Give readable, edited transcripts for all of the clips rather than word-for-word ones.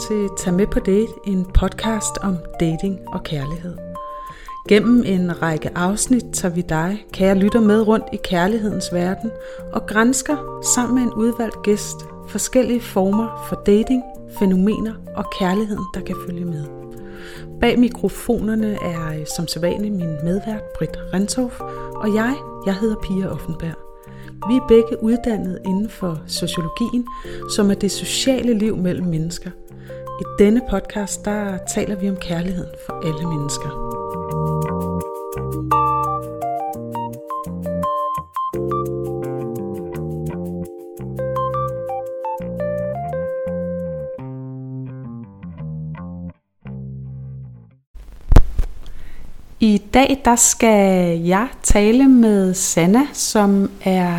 til Tag med på date, en podcast om dating og kærlighed. Gennem en række afsnit tager vi dig, kære lytter, med rundt i kærlighedens verden og gransker sammen med en udvalgt gæst forskellige former for dating, fænomener og kærligheden, der kan følge med. Bag mikrofonerne er som sædvanlig min medvært Britt Renthoff, og jeg hedder Pia Offenberg. Vi er begge uddannet inden for sociologien, som er det sociale liv mellem mennesker. I denne podcast, der taler vi om kærligheden for alle mennesker. I dag der skal jeg tale med Sanna, som er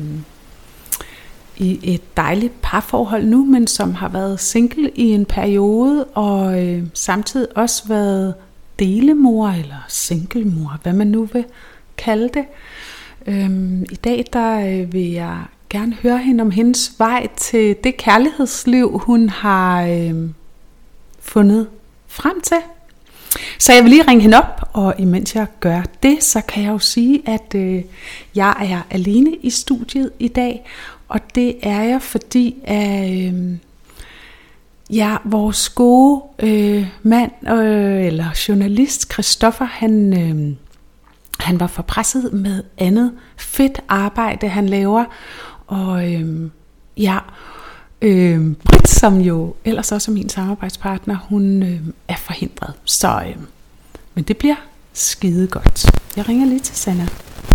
i et dejligt parforhold nu, men som har været single i en periode, og samtidig også været delemor eller singlemor, hvad man nu vil kalde det. I dag der vil jeg gerne høre hende om hendes vej til det kærlighedsliv, hun har fundet frem til. Så jeg vil lige ringe hende op, og imens jeg gør det, så kan jeg jo sige, at jeg er alene i studiet i dag. Og det er jeg, fordi vores gode mand eller journalist Christoffer, han var for presset med andet fedt arbejde, han laver. Og Britt, som jo ellers også er min samarbejdspartner, hun er forhindret. Så, men det bliver skide godt. Jeg ringer lige til Sanna.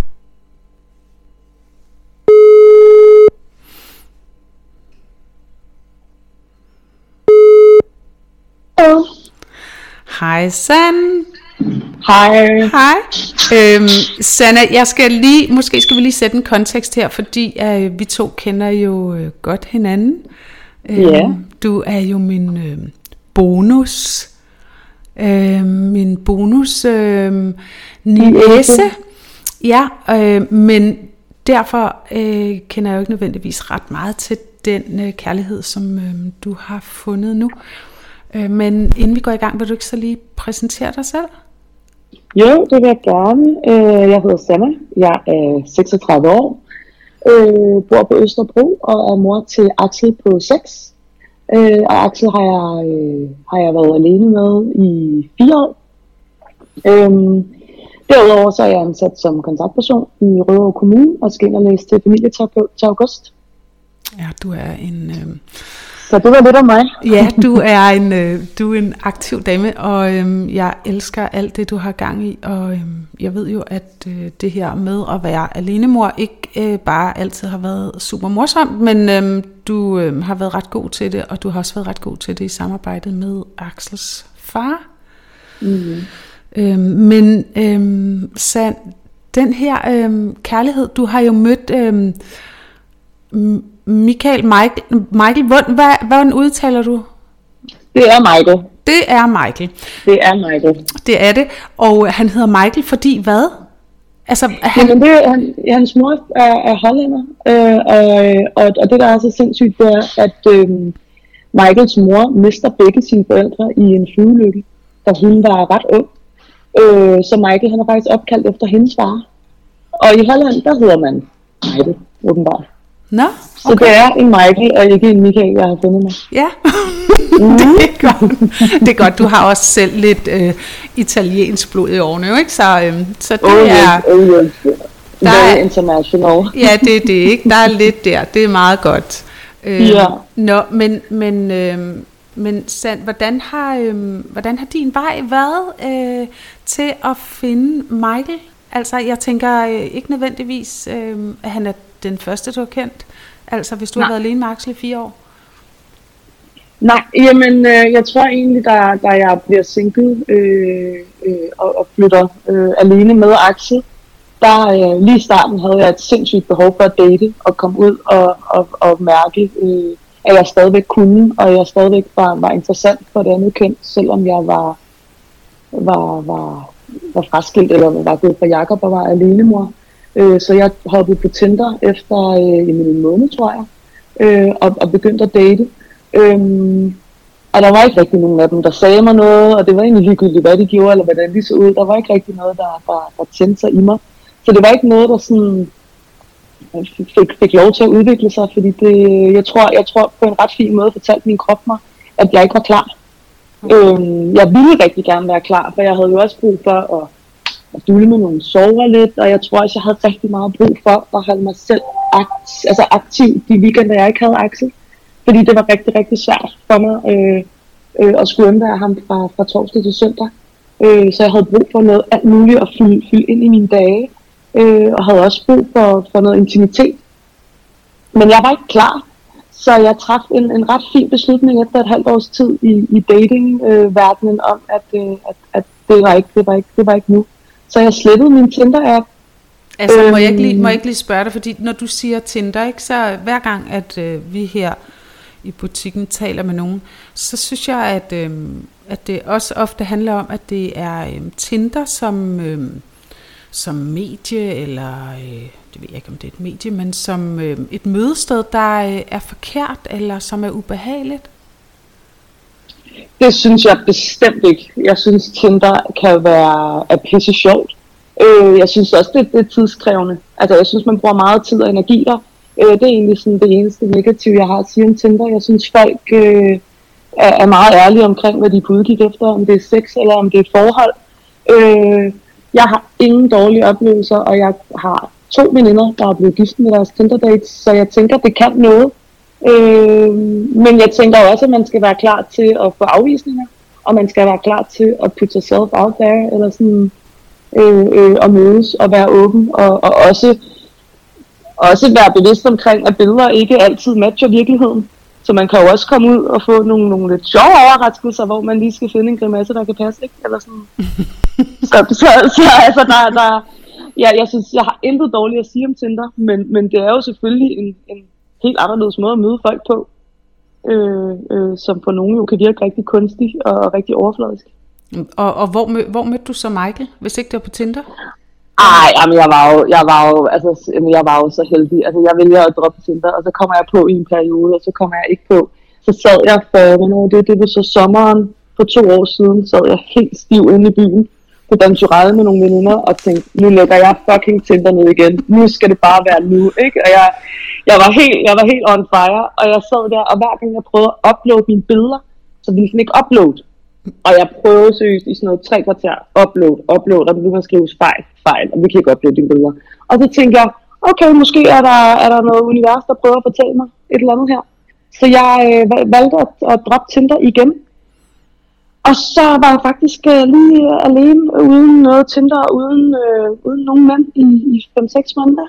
Hello. Hej Sanna. Hej. Hej. Sanna, måske skal vi lige sætte en kontekst her, fordi vi to kender jo godt hinanden. Ja. Du er jo min bonus. Min bonus niece. Ja, men derfor kender jeg jo ikke nødvendigvis ret meget til den kærlighed, som du har fundet nu. Men inden vi går i gang, vil du ikke så lige præsentere dig selv? Jo, det vil jeg gerne. Jeg hedder Sanna. Jeg er 36 år. Bor på Østerbro og er mor til Axel på 6. Og Axel har jeg været alene med i 4 år. Derudover så er jeg ansat som kontaktperson i Rødovre Kommune og skal ind og læse til familieterapeut til august. Ja, du er en... Så det var lidt om mig. Ja, du er en aktiv dame, og jeg elsker alt det, du har gang i. Og jeg ved jo, at det her med at være alenemor ikke bare altid har været super morsomt, men du har været ret god til det, og du har også været ret god til det i samarbejdet med Axels far. Mm-hmm. Men Sand, den her kærlighed, du har jo mødt... Michael, hvordan udtaler du? Det er Michael. Det er Michael. Det er Michael. Det er det. Og han hedder Michael, fordi hvad? Altså, Jamen hans mor er hollænder, og det der er så sindssygt, det er, at Michaels mor mister begge sine forældre i en flyulykke, da hun var ret ung. Så Michael, han er faktisk opkaldt efter hendes far. Og i Holland, der hedder man Michael, åbenbart. Nå, okay. Så det er en Michael, og ikke en Michael, jeg har fundet mig. Ja, det er godt. Det er godt, du har også selv lidt italiensk blod i årene, jo, ikke? Så det er... Der er international. Ja, det er det, ikke? Der er lidt der, det er meget godt. Ja. Nå, men Sand, hvordan har din vej været til at finde Michael? Altså, jeg tænker ikke nødvendigvis, at han er den første, du har kendt. Altså, hvis du har været alene med Axel i 4 år. Nej, jamen, jeg tror egentlig, da jeg bliver single og flytter alene med Axel, der lige i starten havde jeg et sindssygt behov for at date og komme ud og mærke, at jeg stadigvæk kunne, og jeg stadigvæk var interessant for det andet køn, selvom jeg var fraskilt, eller var gået fra Jakob og var alenemor. Så jeg hoppede på Tinder efter en måned, tror jeg, og begyndte at date. Og der var ikke rigtig nogen af dem, der sagde mig noget, og det var egentlig ligegyldigt, hvad de gjorde, eller hvordan de så ud. Der var ikke rigtig noget, der tændte sig i mig. Så det var ikke noget, der sådan fik lov til at udvikle sig, fordi jeg tror på en ret fin måde fortalte min krop mig, at jeg ikke var klar. Jeg ville rigtig gerne være klar, for jeg havde jo også brug for at dule med nogle sover lidt, og jeg tror også, jeg havde rigtig meget brug for at holde mig selv aktiv de weekender, jeg ikke havde Axel. Fordi det var rigtig, rigtig svært for mig at skulle undvære ham fra torsdag til søndag. Så jeg havde brug for noget alt muligt at fylde ind i mine dage, og havde også brug for noget intimitet. Men jeg var ikke klar, så jeg traf en ret fin beslutning efter et halvt års tid i datingverdenen om, at det var ikke nu. Så jeg slettede min Tinder-app. Altså må jeg ikke lige spørge dig, fordi når du siger Tinder, ikke, så hver gang at vi her i butikken taler med nogen, så synes jeg, at det også ofte handler om, at det er Tinder som medie, eller det ved jeg ikke, om det er et medie, men som et mødested, der er forkert, eller som er ubehageligt? Det synes jeg bestemt ikke. Jeg synes, Tinder kan være pisse sjovt. Jeg synes også, det er tidskrævende. Altså, jeg synes, man bruger meget tid og energi der. Det er egentlig sådan det eneste negative, jeg har at sige om Tinder. Jeg synes, folk er meget ærlige omkring, hvad de er på udkig efter, om det er sex eller om det er forhold. Jeg har ingen dårlige oplevelser, og jeg har 2 veninder, der er blevet gift med deres Tinder-dates, så jeg tænker, det kan noget. Men jeg tænker også, at man skal være klar til at få afvisninger, og man skal være klar til at put yourself out there, eller sådan at mødes og være åben, og også være bevidst omkring, at billeder ikke altid matcher virkeligheden. Så man kan jo også komme ud og få nogle lidt sjove overraskelser, hvor man lige skal finde en grimasse, der kan passe, ikke? Eller sådan. så altså, jeg synes, jeg har intet dårligt at sige om Tinder, men det er jo selvfølgelig en helt anderledes måde at møde folk på, som for nogen jo kan virke rigtig kunstig og rigtig overfladisk. Og hvor mødte du så Michael, hvis ikke det var på Tinder? Jamen jeg var jo så heldig. Altså jeg vælger at droppe Tinder, og så kommer jeg på i en periode, og så kommer jeg ikke på. Så sad jeg det var så sommeren for 2 år siden, sad jeg helt stiv inde i byen på Danturelle med nogle veninder og tænkte, nu lægger jeg fucking Tinder ned igen. Nu skal det bare være nu, ikke? Og jeg var helt on fire, og jeg sad der, og hver gang jeg prøvede at uploade mine billeder, så ville den ikke uploade. Og jeg prøvede seriøst i sådan noget 3 kvarter, upload, og det ville man skrive fejl, og vi kan ikke uploade dine billeder. Og så tænkte jeg, okay, måske er der noget univers, der prøver at fortælle mig et eller andet her. Så jeg valgte at droppe Tinder igen. Og så var jeg faktisk lige alene, uden noget Tinder, uden nogen mænd i 5-6 måneder.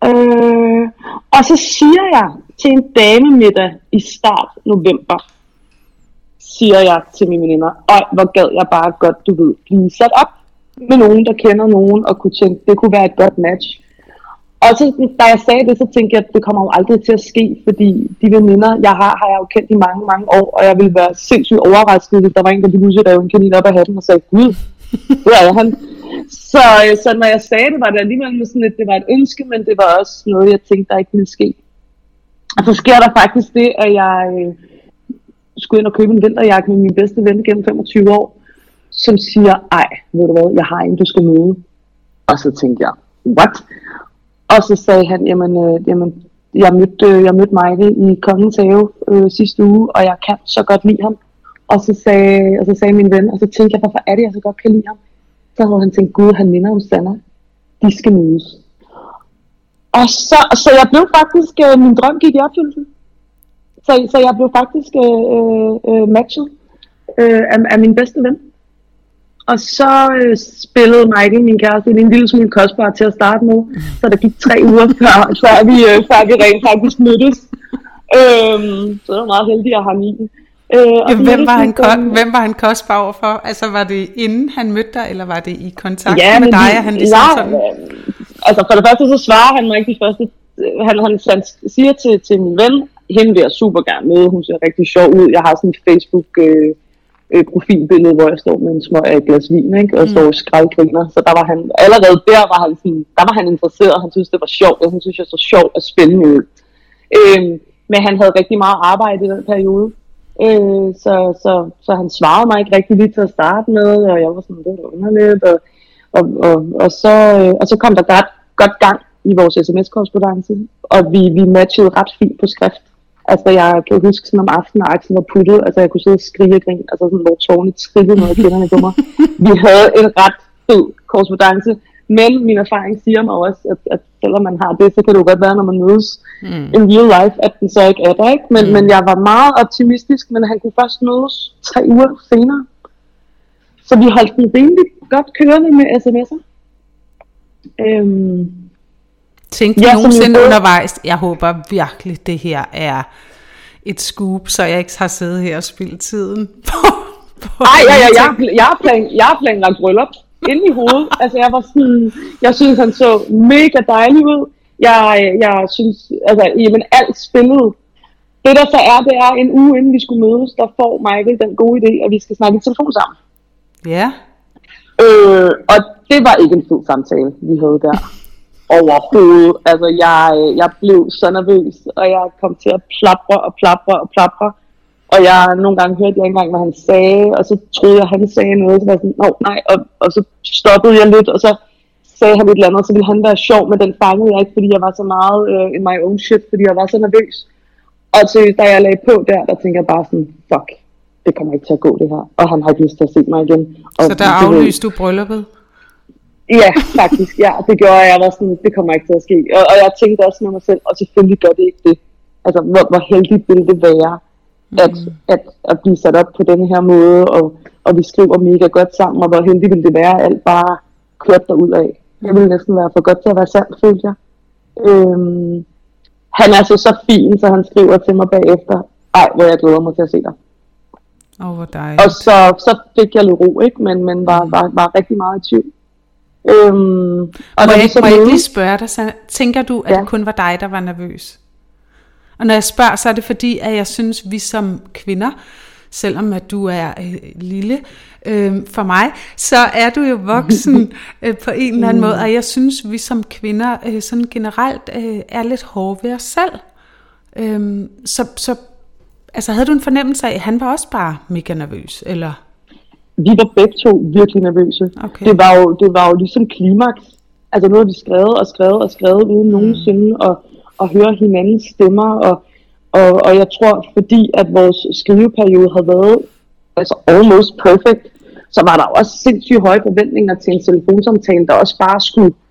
Og så siger jeg til en damemiddag i start november, siger jeg til mine veninder, hvor gad jeg bare godt, du ved, blive sat op med nogen, der kender nogen, og kunne tænke, det kunne være et godt match. Og så, da jeg sagde det, så tænkte jeg, at det kommer jo aldrig til at ske, fordi de veninder, jeg har jeg jo kendt i mange, mange år, og jeg ville være sindssygt overrasket, hvis der var en, der pludselig rev en kanin op af hatten og sagde, gud, det er han. Så når jeg sagde det, var det alligevel med sådan, at det var et ønske, men det var også noget, jeg tænkte, der ikke ville ske. Og så sker der faktisk det, at jeg skulle ind og købe en vinterjakke med min bedste ven gennem 25 år, som siger, ved du hvad, jeg har en, du skal møde. Og så tænkte jeg, what? Og så sagde han, jamen jeg mødte Michael i Kongens Have sidste uge, og jeg kan så godt lide ham. Og så sagde min ven, og så tænkte jeg, hvorfor er det, jeg så godt kan lide ham? Så havde han tænkt, gud, han minder om Sanna. De skal mødes. Og så jeg blev faktisk, min drøm gik i opfyldelse. Så jeg blev faktisk matchet af min bedste ven. Og så spillede Michael, min kæreste, en lille smule kostbar til at starte med. Så der gik 3 uger før vi rent faktisk mødtes. Så det var meget heldigt at have ham i. Hvem var han kostbar overfor? Altså var det inden han mødte dig, eller var det i kontakt med dig? Han ligesom sådan... Altså for det første så svarer han mig ikke de første. Han siger til min ven, hende vil jeg super gerne møde, hun ser rigtig sjov ud. Jeg har sådan et Facebook profilbillede, hvor jeg står med en smøg af et glas vin, ikke? Og står og skraldgriner. Så der var han, allerede der var han interesseret, han synes det var sjovt, og han synes jeg så sjovt og spændende ud. Men han havde rigtig meget arbejde i den periode. Så han svarede mig ikke rigtig lige til at starte med, og jeg var sådan, det var underligt, og så kom der godt gang i vores sms-korrespondance, og vi matchede ret fint på skrift. Altså jeg kan huske sådan om aftenen, at Axel var puttet, altså jeg kunne sidde og skrige og grine, altså sådan, hvor tårerne trillede, når kinderne på mig. Vi havde en ret fed korrespondance, men min erfaring siger mig også, at selvom man har det, så kan det jo godt være, når man mødes in real life, at den så ikke er der, ikke? Men jeg var meget optimistisk, men han kunne først mødes 3 uger senere. Så vi holdt den rimelig godt kørende med sms'er. Tænkte du nogensinde undervejs, jeg håber virkelig, det her er et scoop, så jeg ikke har siddet her og spildt tiden på Nej, jeg har planlagt bryllup inde i hovedet. Altså jeg synes han så mega dejlig ud. Jeg synes, altså jamen alt spillede. Det der så er, det er en uge inden vi skulle mødes, der får Michael den gode idé, at vi skal snakke i telefon sammen. Ja. Og det var ikke en fed samtale, vi havde der. Overhovedet. Altså jeg blev så nervøs, og jeg kom til at plapre. Og jeg nogle gange hørte jeg ikke engang, hvad han sagde, og så troede jeg, han sagde noget, så var jeg sådan, nej, og så stoppede jeg lidt, og så sagde han et eller andet, så ville han være sjov, men den fangede jeg ikke, fordi jeg var så meget in my own shit, fordi jeg var så nervøs. Og til da jeg lagde på der tænkte jeg bare sådan, fuck, det kommer ikke til at gå det her, og han har ikke lyst til at se mig igen. Og så der aflyste du brylluppet? Ja, faktisk, ja, det gjorde jeg. Jeg var sådan, det kommer ikke til at ske. Og jeg tænkte også med mig selv, og selvfølgelig gør det ikke det. Altså, hvor heldigt ville det være, at blive sat op på denne her måde, og vi skriver mega godt sammen, og hvor heldigt ville det være, at alt bare kørte derudad. Jeg ville næsten være for godt til at være sandt, følte jeg. Han er så fin, så han skriver til mig bagefter, hvor jeg glæder mig til at se dig. Hvor dejligt. Og så fik jeg lidt ro, ikke? Men var rigtig meget i tvivl. Må jeg ikke lige spørge dig, så tænker du, at det kun var dig, der var nervøs? Og når jeg spørger, så er det fordi, at jeg synes, vi som kvinder, selvom at du er lille for mig, så er du jo voksen på en eller anden måde, og jeg synes, vi som kvinder sådan generelt er lidt hårde ved os selv. Så altså, havde du en fornemmelse af, at han var også bare mega nervøs, eller? Vi var begge to virkelig nervøse. Okay. Det var jo ligesom klimaks. Altså nu har vi skrevet uden nogensinde at høre hinandens stemmer. Og jeg tror, fordi at vores skriveperiode havde været altså almost perfect, så var der også sindssygt høje forventninger til en telefonsamtale, der også bare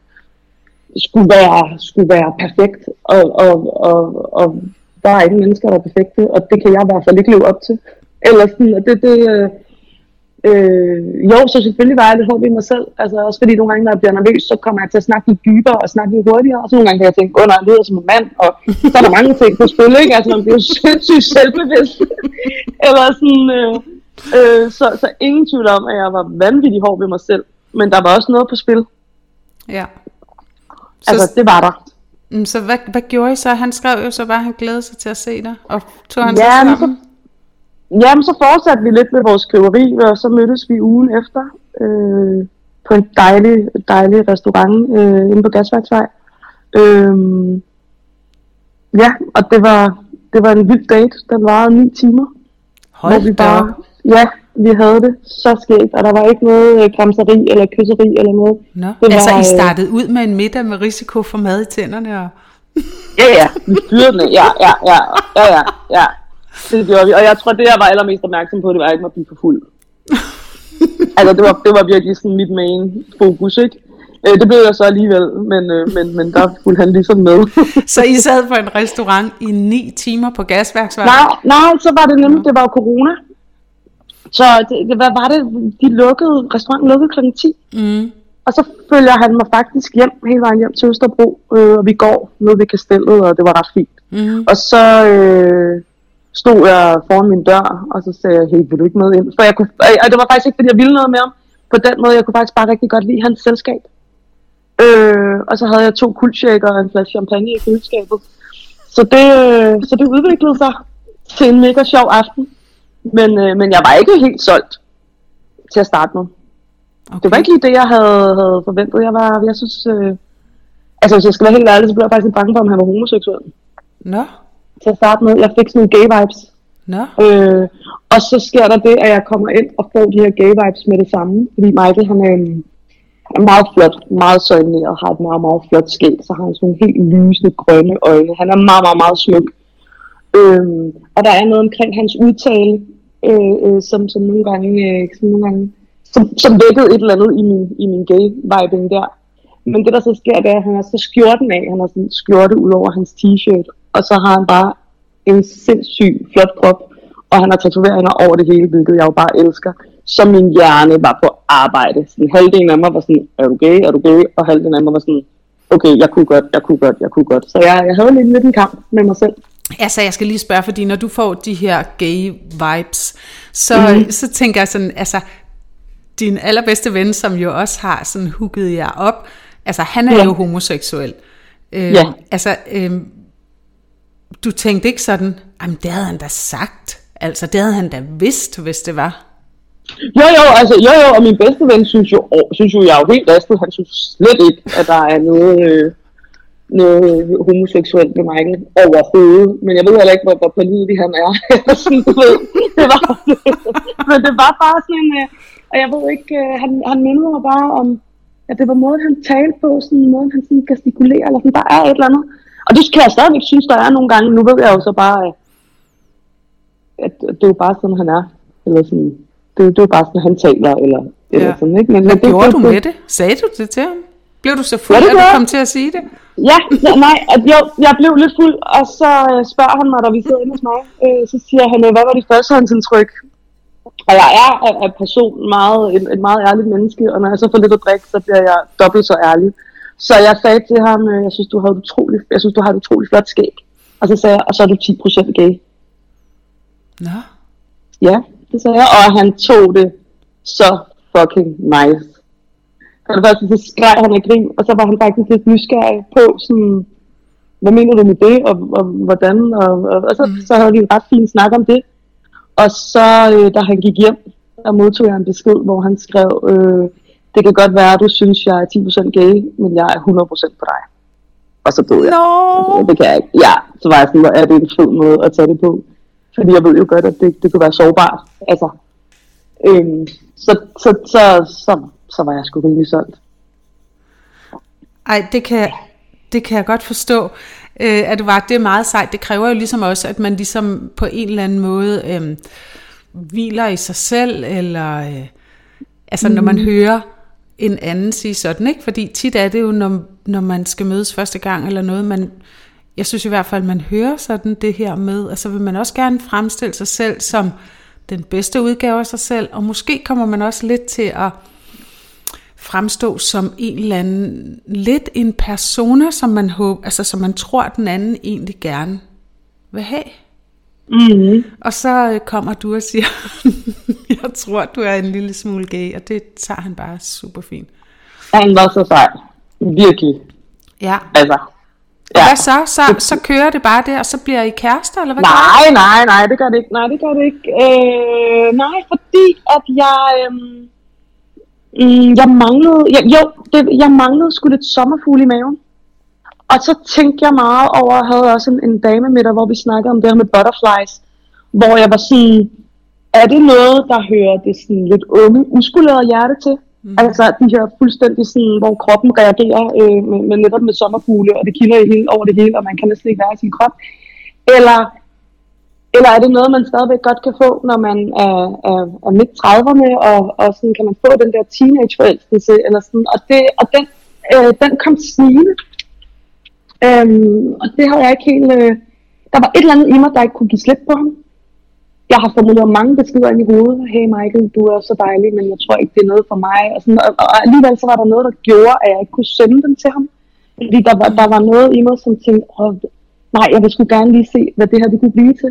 skulle være perfekt. Og der er ingen mennesker, der er perfekte, og det kan jeg i hvert fald ikke leve op til. Eller sådan, jo, så selvfølgelig var jeg lidt håb i mig selv. Altså også fordi nogle gange, når jeg bliver nervøs, så kommer jeg til at snakke lidt dybere og snakke lidt hurtigere. Og så nogle gange kan jeg tænke, nej, jeg lyder som en mand. Og så er der mange ting på spil, ikke? Altså man bliver sindssygt selvbevidst. Eller sådan, så ingen tvivl om, at jeg var vanvittig hård ved mig selv. Men der var også noget på spil. Ja. Altså det var der. Så hvad gjorde I så? Han skrev jo så bare, at han glædede sig til at se dig. Og tog han sig sammen? Jamen, så fortsatte vi lidt med vores skriveri, og så mødtes vi ugen efter på en dejlig restaurant inde på Gasværksvej. Ja, og det var en vild date. Den varede 9 timer. Hold vi bare, ja, vi havde det så skægt, og der var ikke noget kramseri eller kysseri eller noget. Nå. Altså, I startede ud med en middag med risiko for mad i tænderne og... Ja, vi fyrede den. Ja. Det gjorde vi, og jeg tror, det jeg var allermest opmærksom på, det var ikke at blive for fuld. Altså, det var virkelig sådan mit main fokus, ikke? Det blev jeg så alligevel, men der fulgte han ligesom med. Så I sad på en restaurant i 9 timer på Gasværksvej? Nej, så var det nemlig, det var jo corona. Så hvad var det? Restauranten lukkede kl. 10. Og så følger han mig faktisk hjem, hele vejen hjem til Østerbro, og vi går ned ved kastellet, og det var ret fint. Og så... stod jeg foran min dør, og så sagde jeg, hey, vil du ikke med ind? For jeg kunne, og det var faktisk ikke, fordi jeg ville noget med ham. På den måde, jeg kunne faktisk bare rigtig godt lide hans selskab. Og så havde jeg 2 kuldshaker og en flaske champagne i køleskabet. Så det udviklede sig til en mega sjov aften. Men jeg var ikke helt solgt til at starte med. Okay. Det var ikke lige det, jeg havde forventet. Jeg synes, altså hvis jeg skal være helt ærlig, så blev jeg faktisk lidt bange for, om han var homoseksuel. Nå. Til at starte med. Jeg fik sådan nogle gay vibes. Nå. Og så sker der det, at jeg kommer ind og får de her gay vibes med det samme. Fordi Michael, han er meget flot, meget søjneret, har et meget, meget flot skæg. Så har han sådan nogle helt lysende, grønne øjne. Han er meget, meget, meget smuk. Og der er noget omkring hans udtale, som nogle gange som vækkede et eller andet i min gay-vibing der. Men det der så sker, det er, at han har så skjorten af. Han har sådan skjorte ud over hans t-shirt. Og så har han bare en sindssyg flot krop. Og han har tatoveringer over det hele, hvilket jeg jo bare elsker. Så min hjerne var på arbejde. Sådan, halvdelen af mig var sådan, er du gay? Og halvdelen af mig var sådan, okay, jeg kunne godt. Så jeg havde lidt en kamp med mig selv. Altså, jeg skal lige spørge, fordi når du får de her gay vibes, så tænker jeg sådan, altså, din allerbedste ven, som jo også har sådan hooket jer op, altså, han er jo homoseksuel. Altså, du tænkte ikke sådan, jamen, det havde han da sagt. Altså, det havde han da vidst, hvis det var. Jo, og min bedste ven synes jo, jeg er jo helt ristet. Han synes slet ikke, at der er noget homoseksuelt med Michael overhovedet. Men jeg ved heller ikke, hvor pålidelig han er. Sådan, du ved, men det var bare sådan, og jeg ved ikke, han mindede mig bare om, at det var måden, han talte på, sådan måden, han sådan gestikulerer, eller sådan, der er et eller andet. Og det kan jeg stadigvæk synes, der er nogle gange. Nu ved jeg jo så bare, at det er jo bare sådan, han er. Eller sådan, det er jo bare sådan, han taler, eller sådan, ikke? Men hvad gjorde du med det? Sagde du det til ham? Blev du så fuld, at du kom til at sige det? Ja, jeg blev lidt fuld, og så spørger han mig, da vi sidder inde hos mig, så siger han, hvad var dit førstehåndsindtryk? Og jeg er af person et meget ærligt menneske, og når jeg så får lidt at drikke, så bliver jeg dobbelt så ærlig. Så jeg sagde til ham, jeg synes, du har et utroligt flot skæg. Og så sagde jeg, og så er du 10% gay. Nå. Ja, det sagde jeg, og han tog det så fucking nice. For det første, så skreg han af grin, og så var han faktisk lidt nysgerrig på sådan, hvad mener du med det, og hvordan, og så havde vi en ret fin snak om det. Og så, da han gik hjem, der modtog jeg en besked, hvor han skrev, det kan godt være, at du synes, jeg er 10% gay, men jeg er 100% på dig. Og så døde jeg. No. Det kan jeg ikke. Ja, så var jeg sådan, hvor er det en fed måde at tage det på. Fordi jeg ved jo godt, at det kunne være sårbart. Altså, så var jeg sgu rimelig solgt. Ej, det kan jeg godt forstå, at det er meget sejt. Det kræver jo ligesom også, at man ligesom på en eller anden måde hviler i sig selv, eller altså når man hører en anden sige sådan, ikke? Fordi tit er det jo, når man skal mødes første gang eller noget, jeg synes i hvert fald, man hører sådan det her med, altså vil man også gerne fremstille sig selv som den bedste udgave af sig selv, og måske kommer man også lidt til at fremstå som en eller anden, lidt en persona, som man håber, altså som man tror, den anden egentlig gerne vil have. Mm-hmm. Og så kommer du og siger, jeg tror, du er en lille smule gay, og det tager han bare super fint. Han var så sej. Virkelig. Ja. Altså. Og hvad så kører det bare der, og så bliver I kærester, eller hvad? Nej, det gør det ikke. Nej, fordi at jeg manglede sgu lidt sommerfugle i maven. Og så tænkte jeg meget over, jeg havde også en dame med der, hvor vi snakkede om det her med butterflies, hvor jeg var sådan, er det noget, der hører det sådan lidt unge, uskulerede hjerte til? Altså de her fuldstændig sådan, hvor kroppen reagerer med netop med sommerfugle, og det kilder over det hele, og man kan næsten ikke være i sin krop. Eller er det noget, man stadigvæk godt kan få, når man er midt 30'erne, og sådan kan man få den der teenage-forelskelse, eller sådan, og den kom snigende. Og det havde jeg ikke helt... der var et eller andet i mig, der ikke kunne give slip på ham. Jeg har formuleret mange beskeder ind i hovedet. Hey Michael, du er så dejlig, men jeg tror ikke, det er noget for mig. Og alligevel så var der noget, der gjorde, at jeg ikke kunne sende dem til ham. Fordi der var noget i mig, som tænkte, nej, jeg vil sgu gerne lige se, hvad det her det kunne blive til.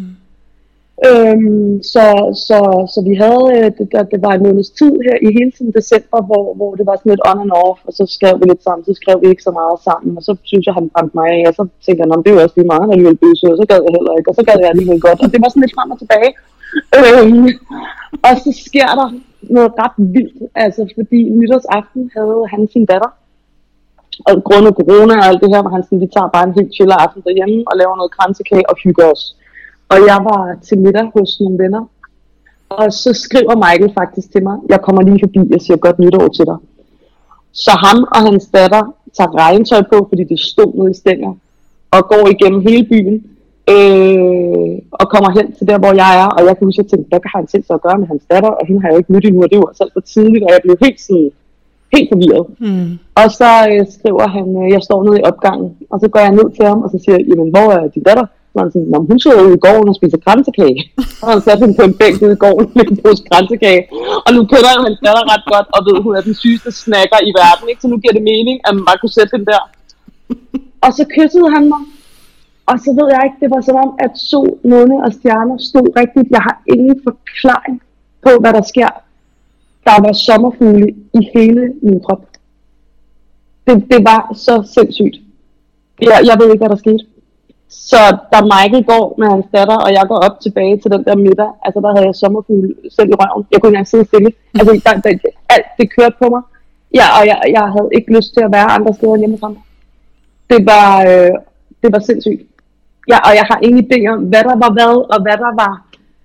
Så vi havde, det var en måneds tid her i hele tiden december, hvor det var sådan lidt on and off, og så skrev vi lidt sammen, så skrev vi ikke så meget sammen, og så synes jeg, han brændte mig af, og så tænkte jeg, det er jo også lige meget, alligevel bøse, og så gad jeg heller ikke, og så gad jeg alligevel godt, og det var sådan lidt frem og tilbage. Og så sker der noget ret vildt, altså fordi nytårsaften havde han sin datter, og grundet corona og alt det her, var han sådan, vi tager bare en helt chiller aften derhjemme, og laver noget kransekage og hygger os. og jeg var til middag hos nogle venner. Og så skriver Michael faktisk til mig, jeg kommer lige forbi og siger godt nytår til dig. Så ham og hans datter tager regntøj på, fordi det stod nede i stænger, og går igennem hele byen, og kommer hen til der, hvor jeg er. Og jeg kan huske, at jeg tænkte, hvad har han tænkt sig at gøre med hans datter? Og hende har jeg jo ikke mødt endnu, og det var selv for tidligt, og jeg blev helt forvirret. Og så skriver han, jeg står nede i opgangen, og så går jeg ned til ham, og så siger jeg, jamen hvor er din datter? Og han siger, hun sidder ude i gården og spiser kransekage. Og han satte hende på en bænk ude i gården med en pose kransekage. Og nu kender jeg hans datter ret godt, og ved, hun er den sygeste snacker i verden, ikke? Så nu giver det mening, at man bare kunne sætte hende der. Og så kyssede han mig. Og så ved jeg ikke, det var som om, at sol, måne og stjerner stod rigtigt. Jeg har ingen forklaring på, hvad der sker. Der var sommerfugle i hele min krop. Det var så sindssygt. Jeg ved ikke, hvad der skete. Så da Michael går med hans datter, og jeg går op tilbage til den der middag, altså der havde jeg sommerfugle selv i røven. Jeg kunne ikke engang sidde stille. Altså alt det kørte på mig. Ja, og jeg havde ikke lyst til at være andre steder hjemme fra mig. Det var sindssygt. Ja, og jeg har ingen idé om, hvad der var hvad, og hvad der var.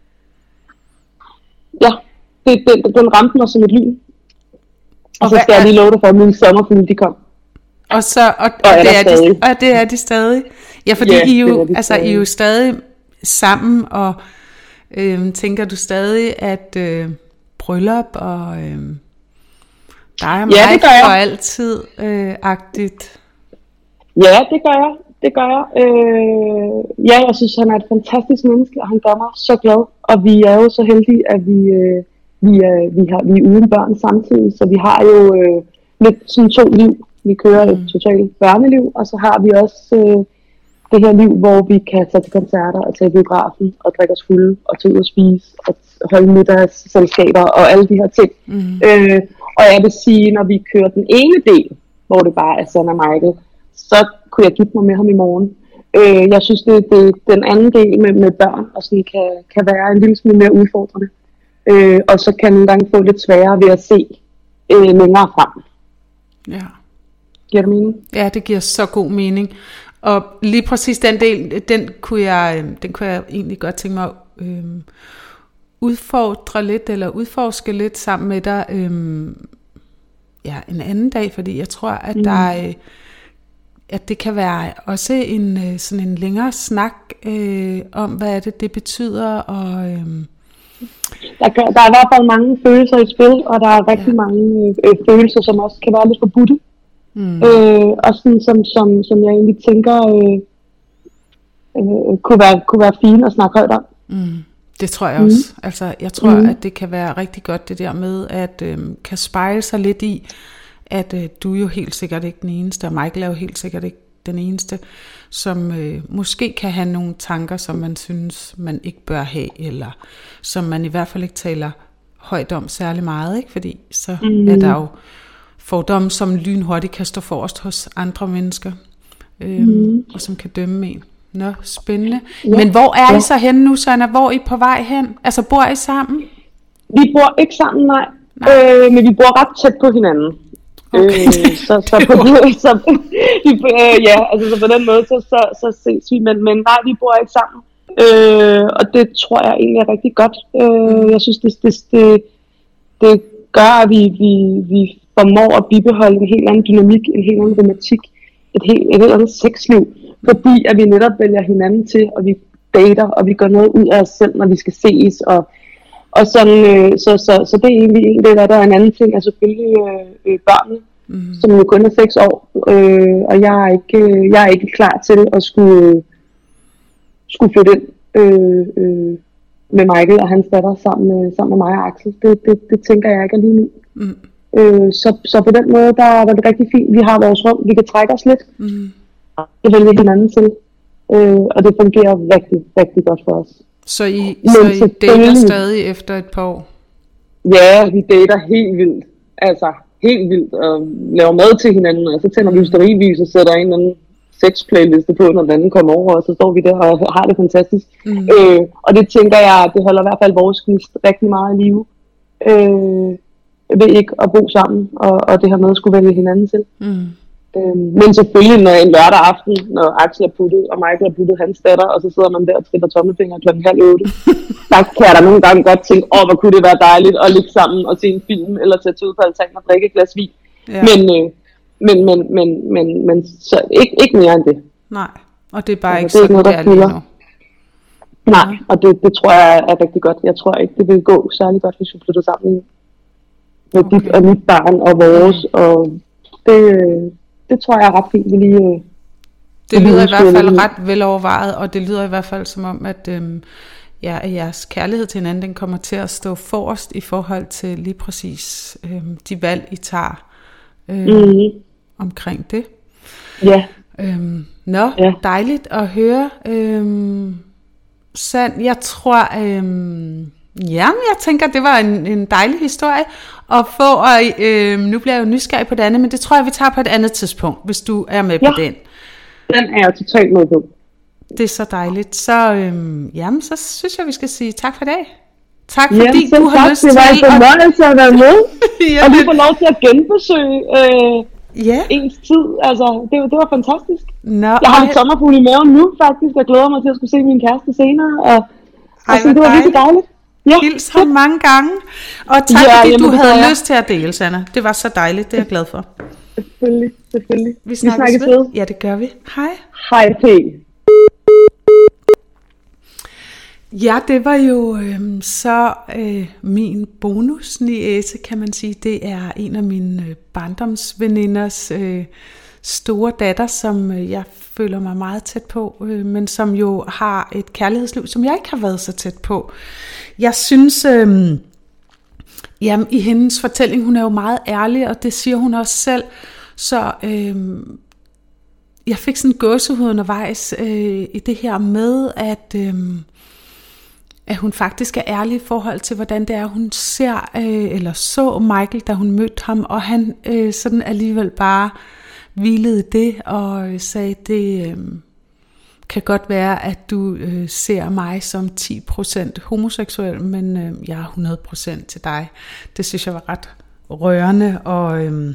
Ja, den ramte mig som et lyn. Og så skal jeg lige love dig for, at mine sommerfugle, de kom. Og det er de stadig. Ja, fordi I er jo stadig sammen, og tænker du stadig, at bryllup og dig og mig for altid agtigt? Ja, det gør jeg. Ja, jeg synes, han er et fantastisk menneske, og han gør mig så glad. Og vi er jo så heldige, at vi er uden børn samtidig, så vi har jo lidt sådan 2 liv. Vi kører et totalt børneliv, og så har vi også det her liv, hvor vi kan tage til koncerter og tage i biografen og drikke os fulde og tage ud og spise og holde middagsselskaber og alle de her ting. Og jeg vil sige, når vi kører den ene del, hvor det bare er Sanne og Michael, så kunne jeg gifte mig med ham i morgen. Jeg synes, det den anden del med børn og sådan kan være en lille smule mere udfordrende. Og så kan nogle gange få lidt sværere ved at se længere frem. Ja. Giver det mening? Ja, det giver så god mening. Og lige præcis den del, den kunne jeg egentlig godt tænke mig at udfordre lidt, eller udforske lidt sammen med dig en anden dag, fordi jeg tror, at at det kan være også sådan en længere snak om, hvad det betyder, og der er i hvert fald mange følelser i spil, og der er rigtig mange følelser, som også kan være lidt forbudte. Og sådan som jeg egentlig tænker kunne være fine at snakke højt om. Det tror jeg også. Altså jeg tror at det kan være rigtig godt det der med at kan spejle sig lidt i, at du er jo helt sikkert ikke den eneste, og Michael er jo helt sikkert ikke den eneste, som måske kan have nogle tanker, som man synes man ikke bør have, eller som man i hvert fald ikke taler højt om særlig meget, ikke? Fordi så er der jo fordomme, som lynhurtigt kan stå forrest hos andre mennesker, og som kan dømme en. Nå, spændende. Ja. Men hvor er I så henne nu, Sanna? Hvor er I på vej hen? Altså, bor I sammen? Vi bor ikke sammen, nej. Men vi bor ret tæt på hinanden. Okay. Så på den måde, så ses vi. Men nej, vi bor ikke sammen. Og det tror jeg egentlig er rigtig godt. Jeg synes, det gør, at vi formår at bibeholde en helt anden dynamik, en helt anden romantik, et helt andet sexliv, fordi at vi netop vælger hinanden til, og vi dater, og vi gør noget ud af os selv, når vi skal ses, og sådan, så det er egentlig en del af det, og en anden ting er selvfølgelig børnene, som jo kun er 6 år, og jeg er ikke klar til at skulle flytte ind med Michael og hans datter sammen med mig og Axel. Det tænker jeg ikke er lige nu. Så på den måde, der var det rigtig fint. Vi har vores rum, vi kan trække os lidt. Det vælger hinanden til. Og det fungerer rigtig, rigtig godt for os. Så I dater stadig efter et par år? Ja, vi dater helt vildt. Altså, helt vildt. Og laver mad til hinanden. Og så tænder vi stearinlys og sætter en eller anden sex-playliste på, når den anden kommer over. Og så står vi der og har det fantastisk. Og det tænker jeg, det holder i hvert fald vores gnist rigtig meget i live. Ved ikke at bo sammen, og det her med at skulle vælge hinanden til. Men selvfølgelig, når en lørdag aften, når Axel er puttet, og Michael er puttet hans datter, og så sidder man der og triller tommelfinger kl. 7:30, der kan jeg da nogle gange godt tænke, hvor kunne det være dejligt at ligge sammen og se en film, eller sætte ud på altanen og drikke et glas vin. Ja. Men så ikke mere end det. Nej, og det er bare ikke det er sådan, noget, det er lige nu. Nej, og det tror jeg er rigtig godt. Jeg tror ikke, det vil gå særlig godt, hvis vi flytter sammen med dit og mit barn og vores, og det tror jeg er ret fint. Det lyder i hvert fald ret velovervejet, og det lyder i hvert fald som om, at jeres kærlighed til hinanden, den kommer til at stå forrest i forhold til lige præcis de valg, I tager omkring det. Ja. Dejligt at høre. Sand, jeg tror, jeg tænker, det var en dejlig historie at få, og nu bliver jeg jo nysgerrig på det andet, men det tror jeg, vi tager på et andet tidspunkt, hvis du er med på den. Den er jeg totalt med på. Det er så dejligt. Så, så synes jeg, vi skal sige tak for i dag. Tak fordi du har lyst til at... Det var en fornøjelse at være med, og lige få lov til at genbesøge ens tid. Altså, det var fantastisk. Jeg har en sommerfugl i maven nu, faktisk. Jeg glæder mig til at skulle se min kæreste senere, og det var virkelig dejligt. Ja. Hils ham mange gange, og tak fordi du havde lyst til at dele, Sanna. Det var så dejligt, det er jeg glad for. Selvfølgelig. Vi snakkes ved. Ja, det gør vi. Hej. Hej, P. Ja, det var jo min bonusniece, kan man sige. Det er en af mine barndomsveninders store datter, som jeg føler mig meget tæt på, men som jo har et kærlighedsliv, som jeg ikke har været så tæt på. Jeg synes, i hendes fortælling, hun er jo meget ærlig, og det siger hun også selv, så jeg fik sådan en gåsehud undervejs i det her med, at hun faktisk er ærlig i forhold til, hvordan det er, hun ser eller så Michael, da hun mødte ham, og han sådan alligevel bare hvilede det og sagde, det kan godt være, at du ser mig som 10% homoseksuel, men jeg er 100% til dig. Det synes jeg var ret rørende, og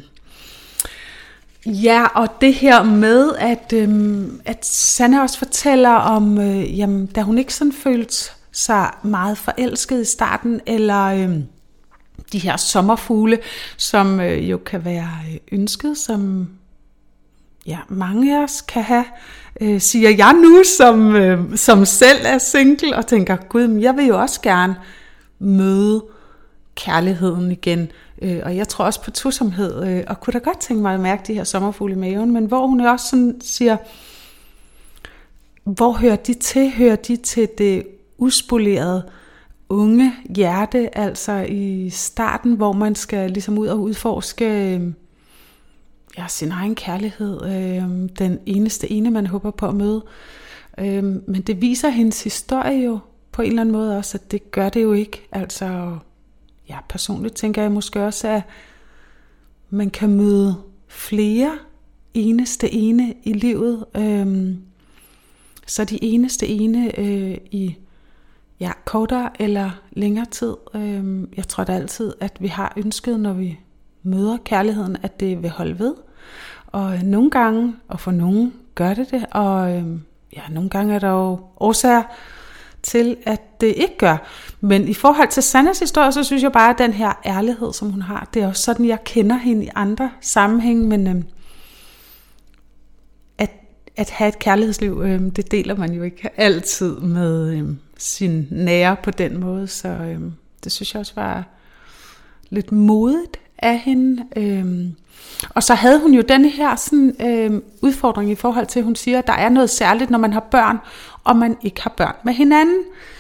og det her med, at Sanna også fortæller om, da hun ikke sådan følte sig meget forelsket i starten, eller de her sommerfugle, som jo kan være ønsket, som mange af os kan have, siger jeg nu, som selv er single, og tænker, gud, jeg vil jo også gerne møde kærligheden igen. Og jeg tror også på tosomhed, og kunne da godt tænke mig at mærke de her sommerfugle i maven, men hvor hun også sådan siger, hvor hører de til? Hører de til det uspolerede unge hjerte, altså i starten, hvor man skal ligesom ud og udforske sin egen kærlighed, den ene, man håber på at møde. Men det viser hendes historie jo på en eller anden måde også, at det gør det jo ikke. Altså, personligt tænker jeg måske også, at man kan møde flere eneste ene i livet. Så de eneste ene i kortere eller længere tid. Jeg tror da altid, at vi har ønsket, når vi møder kærligheden, at det vil holde ved. Og nogle gange, og for nogen gør det, og nogle gange er der jo årsager til, at det ikke gør. Men i forhold til Sannas historie, så synes jeg bare, at den her ærlighed, som hun har, det er også sådan, jeg kender hende i andre sammenhæng, men at have et kærlighedsliv, det deler man jo ikke altid med sin nære på den måde, så det synes jeg også var lidt modigt af hende. Og så havde hun jo denne her sådan, udfordring i forhold til, at hun siger, at der er noget særligt, når man har børn, og man ikke har børn med hinanden.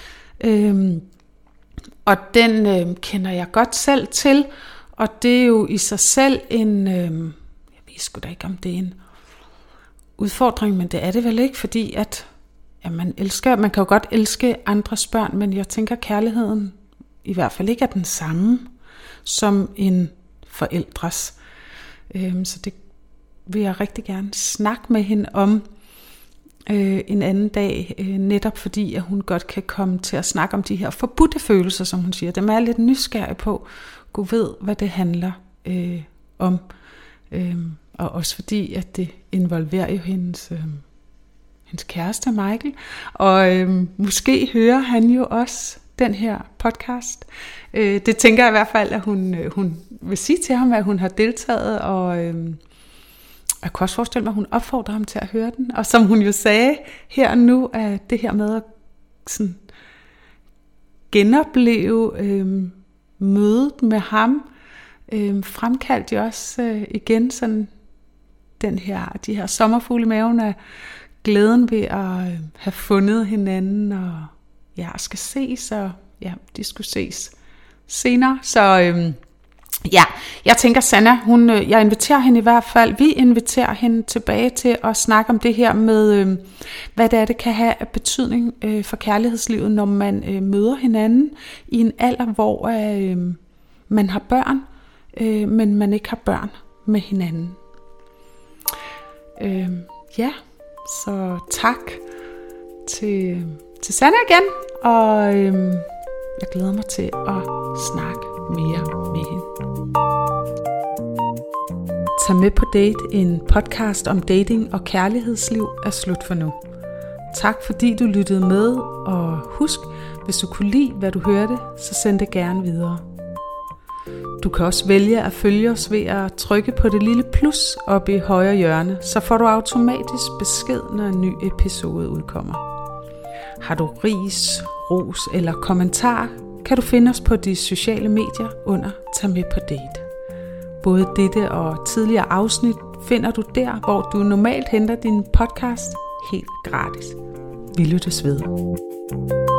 Og den kender jeg godt selv til, og det er jo i sig selv en, jeg ved sgu da ikke, om det er en udfordring, men det er det vel ikke, fordi at man kan jo godt elske andres børn, men jeg tænker, kærligheden i hvert fald ikke er den samme som en forældres. Så det vil jeg rigtig gerne snakke med hende om en anden dag, netop fordi at hun godt kan komme til at snakke om de her forbudte følelser, som hun siger. Dem er jeg lidt nysgerrig på. Gud ved, hvad det handler om. Og også fordi, at det involverer jo hendes kæreste Michael. Og måske hører han jo også den her podcast. Det tænker jeg i hvert fald, at hun vil sige til ham, at hun har deltaget, og jeg kan også forestille mig, at hun opfordrer ham til at høre den. Og som hun jo sagde her og nu, at det her med at sådan genopleve mødet med ham, fremkaldte jo også igen sådan de her sommerfugle i maven af glæden ved at have fundet hinanden, og skal ses, og de skulle ses senere. Så jeg tænker Sanna, jeg inviterer hende i hvert fald, vi inviterer hende tilbage til at snakke om det her med, hvad det kan have af betydning for kærlighedslivet, når man møder hinanden i en alder, hvor man har børn, men man ikke har børn med hinanden. Så tak til Sanna igen, og jeg glæder mig til at snakke mere med hende. Tag med på date, en podcast om dating og kærlighedsliv er slut for nu. Tak fordi du lyttede med, og husk, hvis du kunne lide, hvad du hørte, så send det gerne videre. Du kan også vælge at følge os ved at trykke på det lille plus oppe i højre hjørne, så får du automatisk besked, når en ny episode udkommer. Har du ris, ros eller kommentar, kan du finde os på de sociale medier under Tag med på date. Både dette og tidligere afsnit finder du der, hvor du normalt henter din podcast helt gratis. Vi lyttes ved.